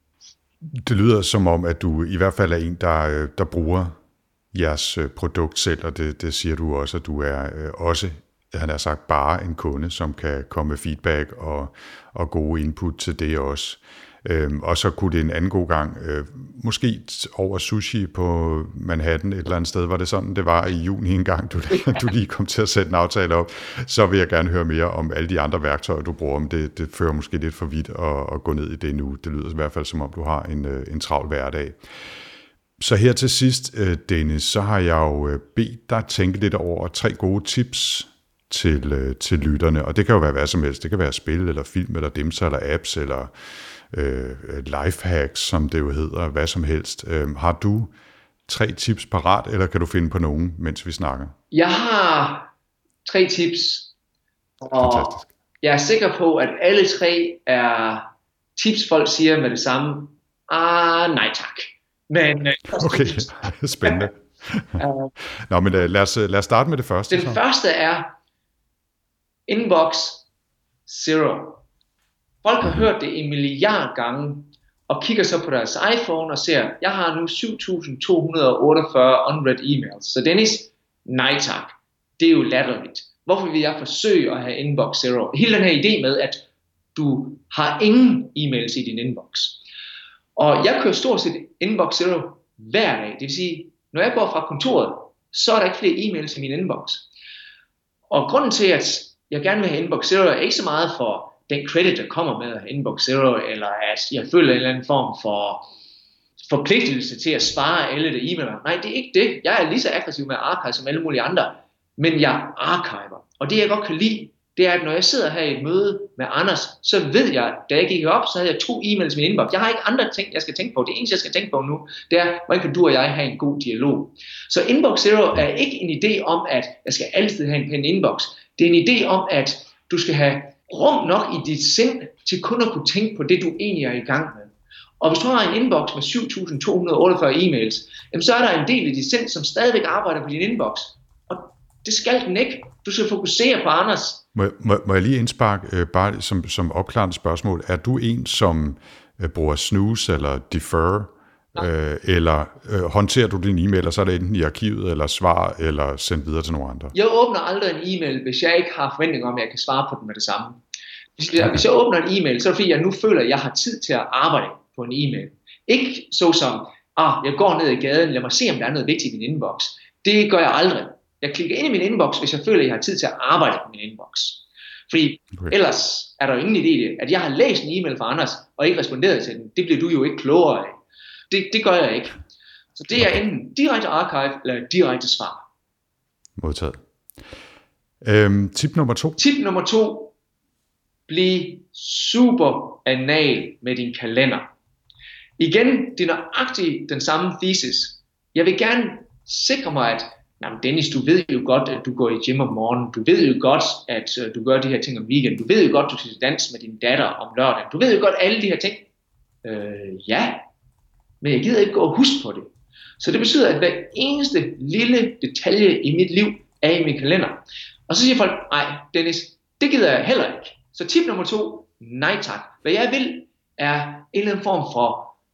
Det lyder som om, at du i hvert fald er en, der, der bruger jeres produkt selv, og det, det siger du også, at du er også, han har sagt, bare en kunde, som kan komme med feedback og, og gode input til det også. Øhm, og så kunne det en anden god gang, øh, måske over sushi på Manhattan et eller andet sted, var det sådan, det var i juni en gang, du, du lige kom til at sætte en aftale op, så vil jeg gerne høre mere om alle de andre værktøjer, du bruger, men det, det fører måske lidt for vidt at, at gå ned i det nu. Det lyder i hvert fald, som om du har en, en travl hverdag. Så her til sidst, Dennis, så har jeg jo bedt dig tænke lidt over tre gode tips til, til lytterne, og det kan jo være hvad som helst. Det kan være spil, eller film, eller dimser, eller apps, eller øh, lifehacks, som det jo hedder, hvad som helst. Øh, har du tre tips parat, eller kan du finde på nogen, mens vi snakker? Jeg har tre tips, og fantastisk. Jeg er sikker på, at alle tre er tips, folk siger med det samme. Ah, nej tak. Men, okay, spændende. Nå, men lad os, lad os starte med det første. Den så. første er Inbox Zero. Folk har hørt det en milliard gange, og kigger så på deres iPhone og ser, jeg har nu syv tusind to hundrede og otteogfyrre unread emails. Så Dennis, nej tak. Det er jo latterligt. Hvorfor vil jeg forsøge at have Inbox Zero? Hele den her idé med, at du har ingen e-mails i din inbox. Og jeg kører stort set Inbox Zero hver dag. Det vil sige, når jeg går fra kontoret, så er der ikke flere e-mails i min inbox. Og grunden til, at jeg gerne vil have Inbox Zero, er ikke så meget for den credit, der kommer med at have Inbox Zero, eller at jeg føler en eller anden form for forpligtelse til at svare alle de e-mailer. Nej, det er ikke det. Jeg er lige så aggressiv med at archive som alle mulige andre, men jeg archiver. Og det jeg godt kan lide, det er, at når jeg sidder her i et møde med Anders, så ved jeg, da jeg gik op, så havde jeg to e-mails i min inbox. Jeg har ikke andre ting, jeg skal tænke på. Det eneste, jeg skal tænke på nu, det er, hvordan kan du og jeg have en god dialog. Så Inbox Zero er ikke en idé om, at jeg skal altid have en pæn inbox. Det er en idé om, at du skal have rum nok i dit sind, til kun at kunne tænke på det, du egentlig er i gang med. Og hvis du har en inbox med syv tusind to hundrede og otteogfyrre e-mails, jamen så er der en del i dit sind, som stadigvæk arbejder på din inbox. Og det skal den ikke. Du skal fokusere på Anders. Må, må, må jeg lige indsparke, øh, bare som, som opklarende spørgsmål, er du en, som øh, bruger snooze eller defer, øh, eller øh, håndterer du din e-mail, og så er det enten i arkivet, eller svar, eller sendt videre til nogle andre? Jeg åbner aldrig en e-mail, hvis jeg ikke har forventning om, at jeg kan svare på den med det samme. Hvis jeg, hvis jeg åbner en e-mail, så er det fordi, jeg nu føler, at jeg har tid til at arbejde på en e-mail. Ikke så som, ah, jeg går ned i gaden, lad mig se, om der er noget vigtigt i min inbox. Det gør jeg aldrig. Jeg klikker ind i min inbox, hvis jeg føler, at jeg har tid til at arbejde på min inbox. Fordi okay. Ellers er der jo ingen idé i det, at jeg har læst en e-mail fra Anders, og ikke responderet til den. Det bliver du jo ikke klogere af. Det, det gør jeg ikke. Så det er enten direkte archive, eller direkte svar. Modtaget. Øhm, tip nummer to. Tip nummer to. Bliv super anal med din kalender. Igen, det er nøjagtigt den samme thesis. Jeg vil gerne sikre mig, at jamen Dennis, du ved jo godt, at du går i gym om morgenen. Du ved jo godt, at uh, du gør de her ting om weekenden. Du ved jo godt, at du skal danse med din datter om lørdagen. Du ved jo godt alle de her ting. Øh, ja, men jeg gider ikke gå og huske på det. Så det betyder, at hver eneste lille detalje i mit liv er i min kalender. Og så siger folk, nej Dennis, det gider jeg heller ikke. Så tip nummer to, nej tak. Hvad jeg vil, er en eller anden form for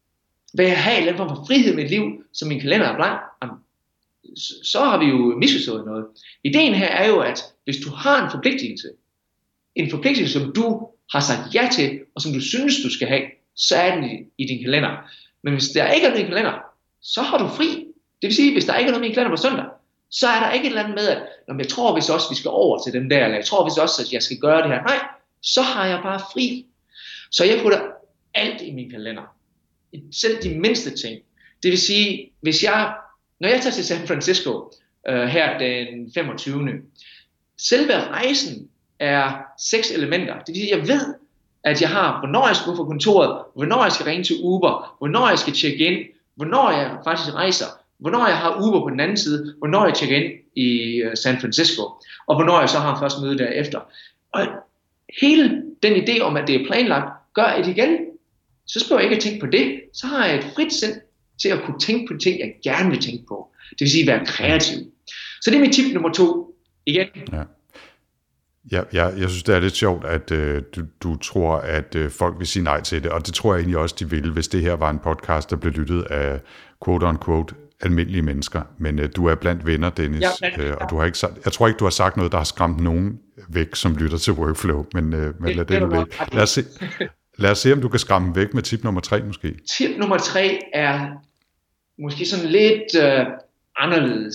vil jeg have en eller anden form for frihed i mit liv, så min kalender er blank, så har vi jo misforstået noget. Ideen her er jo, at hvis du har en forpligtelse, en forpligtelse, som du har sagt ja til, og som du synes, du skal have, så er den i, i din kalender. Men hvis der ikke er noget i din kalender, så har du fri. Det vil sige, hvis der ikke er noget i din kalender på søndag, så er der ikke et eller andet med, at jeg tror hvis også, vi skal over til den der, eller jeg tror hvis også, at jeg skal gøre det her. Nej, så har jeg bare fri. Så jeg putter alt i min kalender. Selv de mindste ting. Det vil sige, hvis jeg, når jeg tager til San Francisco øh, her den femogtyvende Selve rejsen er seks elementer. Det vil sige, jeg ved, at jeg har, hvornår jeg skal gå fra kontoret, hvornår jeg skal ringe til Uber, hvornår jeg skal tjekke ind, hvornår jeg faktisk rejser, hvornår jeg har Uber på den anden side, hvornår jeg tjekker ind i San Francisco, og hvornår jeg så har først møde derefter. Og hele den idé om, at det er planlagt, gør at igen, så skal jeg ikke tænke på det, så har jeg et frit sind til at kunne tænke på ting, jeg gerne vil tænke på. Det vil sige, være kreativ. Så det er mit tip nummer to. Igen. Ja. Ja, ja, jeg synes, det er lidt sjovt, at øh, du, du tror, at øh, folk vil sige nej til det, og det tror jeg egentlig også, de vil, hvis det her var en podcast, der blev lyttet af quote-unquote almindelige mennesker. Men øh, du er blandt venner, Dennis, ja, blandt, øh, og du har ikke sagt, jeg tror ikke, du har sagt noget, der har skræmt nogen væk, som lytter til Workflow, men, øh, men lad det nu væk. Lad os, se, lad os se, om du kan skræmme væk med tip nummer tre måske. Tip nummer tre er måske sådan lidt øh, anderledes.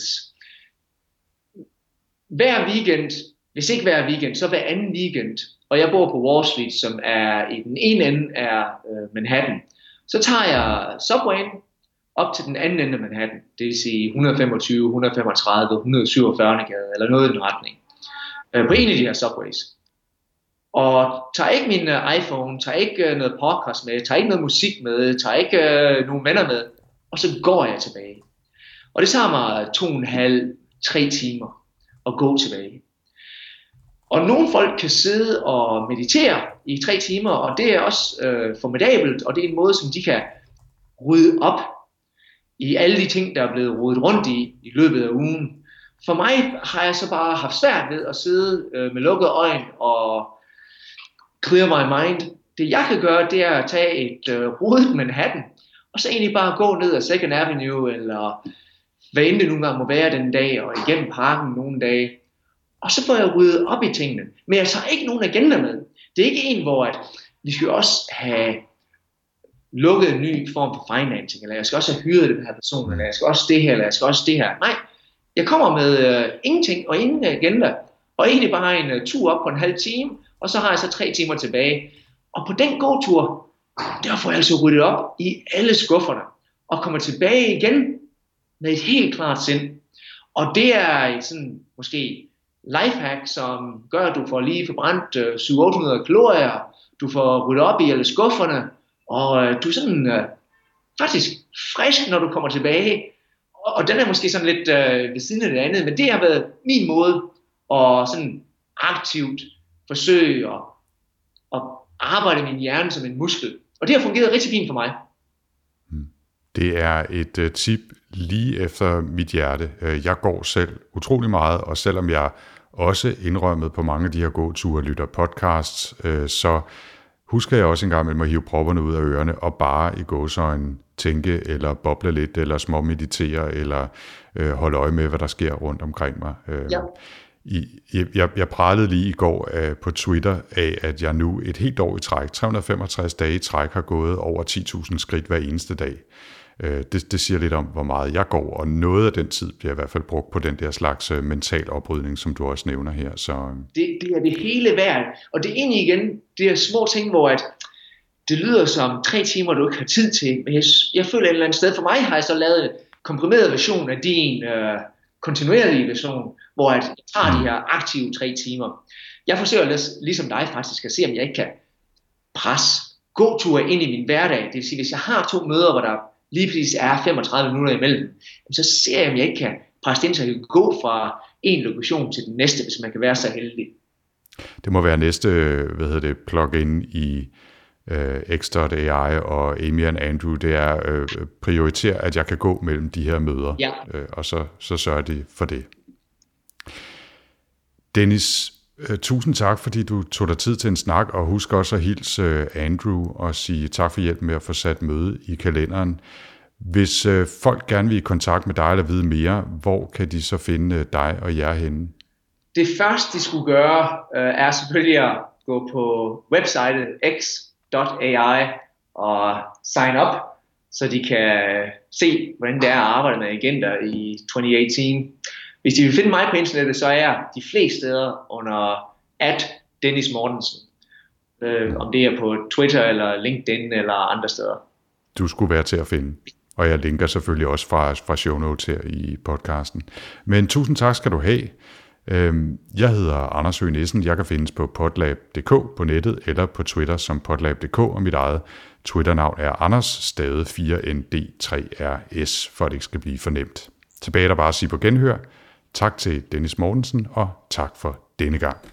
Hver weekend, hvis ikke hver weekend, så hver anden weekend, og jeg bor på Wall Street, som er i den ene ende af øh, Manhattan, så tager jeg Subwayen op til den anden ende af Manhattan, det vil sige et hundrede femogtyve, et hundrede femogtredive, et hundrede syvogfyrre gade, eller noget i den retning, øh, på en af de her Subways. Og tager ikke min uh, iPhone, tager ikke uh, noget podcast med, tager ikke noget musik med, tager ikke uh, nogen venner med, og så går jeg tilbage. Og det tager mig to og en halv, tre timer at gå tilbage. Og nogle folk kan sidde og meditere i tre timer, og det er også øh, formidabelt, og det er en måde, som de kan rydde op i alle de ting, der er blevet rodet rundt i i løbet af ugen. For mig har jeg så bare haft svært ved at sidde øh, med lukkede øjne og clear my mind. Det jeg kan gøre, det er at tage et øh, rodet Manhattan, og så egentlig bare gå ned ad Second Avenue, eller hvad end det nogle gange må være den dag, og igennem parken nogle dage. Og så får jeg ryddet op i tingene. Men jeg tager ikke nogen agenda med. Det er ikke en, hvor at vi skal også have lukket en ny form for financing, eller jeg skal også have hyret den her person, eller jeg skal også det her, eller jeg skal også det her. Nej, jeg kommer med uh, ingenting og ingen agenda, og egentlig bare en uh, tur op på en halv time, og så har jeg så tre timer tilbage. Og på den gåtur, der får jeg altså ryddet op i alle skufferne, og kommer tilbage igen med et helt klart sind. Og det er sådan måske lifehack, som gør, at du får lige forbrændt øh, syv til otte hundrede kalorier, du får ryddet op i alle skufferne, og øh, du er sådan øh, faktisk frisk, når du kommer tilbage. Og, og den er måske sådan lidt øh, ved siden af det andet, men det har været min måde at sådan aktivt forsøge at, at arbejde min hjerne som en muskel. Og det har fungeret rigtig fint for mig. Det er et uh, tip lige efter mit hjerte. Jeg går selv utrolig meget, og selvom jeg også indrømmet på mange af de her gåture lytter podcasts, uh, så husker jeg også en gang med at hive propperne ud af ørerne og bare i gåseøjne tænke eller boble lidt eller småmeditere eller uh, holde øje med, hvad der sker rundt omkring mig. Uh, ja. I, jeg, jeg pralede lige i går uh, på Twitter af, at jeg nu et helt år i træk, tre hundrede og femogtres dage i træk, har gået over ti tusind skridt hver eneste dag. Det, det siger lidt om, hvor meget jeg går, og noget af den tid bliver i hvert fald brugt på den der slags mental oprydning, som du også nævner her. Så det, det er det hele værd, og det er egentlig igen, det er små ting, hvor at det lyder som tre timer, du ikke har tid til, men jeg, jeg føler et eller andet sted, for mig har jeg så lavet en komprimeret version af din øh, kontinuerlige version, hvor at jeg tager de her aktive tre timer. Jeg forsøger ligesom dig faktisk at se, om jeg ikke kan presse gåture ind i min hverdag. Det vil sige, hvis jeg har to møder, hvor der lige præcis er femogtredive minutter imellem, så ser jeg, om jeg ikke kan presse ind, så jeg kan gå fra en lokation til den næste, hvis man kan være så heldig. Det må være næste, hvad hedder det, plugin i uh, X dot A I og Amy and Andrew, det er uh, prioritere, at jeg kan gå mellem de her møder, ja. uh, og så, så sørger de for det. Dennis, Uh, tusind tak, fordi du tog dig tid til en snak, og husk også at hilse uh, Andrew og sige tak for hjælp med at få sat møde i kalenderen. Hvis uh, folk gerne vil i kontakt med dig eller vide mere, hvor kan de så finde uh, dig og jer henne? Det første, de skulle gøre, uh, er selvfølgelig at gå på websitet x punktum a i og sign up, så de kan se, hvordan det er at arbejde med agenter i tyve atten. Hvis de vil finde mig på internettet, så er jeg de fleste steder under at Dennis Mortensen. Øh, om det er på Twitter eller LinkedIn eller andre steder. Du skulle være til at finde. Og jeg linker selvfølgelig også fra, fra show notes her i podcasten. Men tusind tak skal du have. Jeg hedder Anders Høgh Nissen. Jeg kan findes på podlab punktum d k på nettet eller på Twitter som podlab punktum d k, og mit eget Twitter-navn er Anders, stavet fire N D tre R S, for at det ikke skal blive for nemt. Tilbage der bare at sige på genhør. Tak til Dennis Mortensen, og tak for denne gang.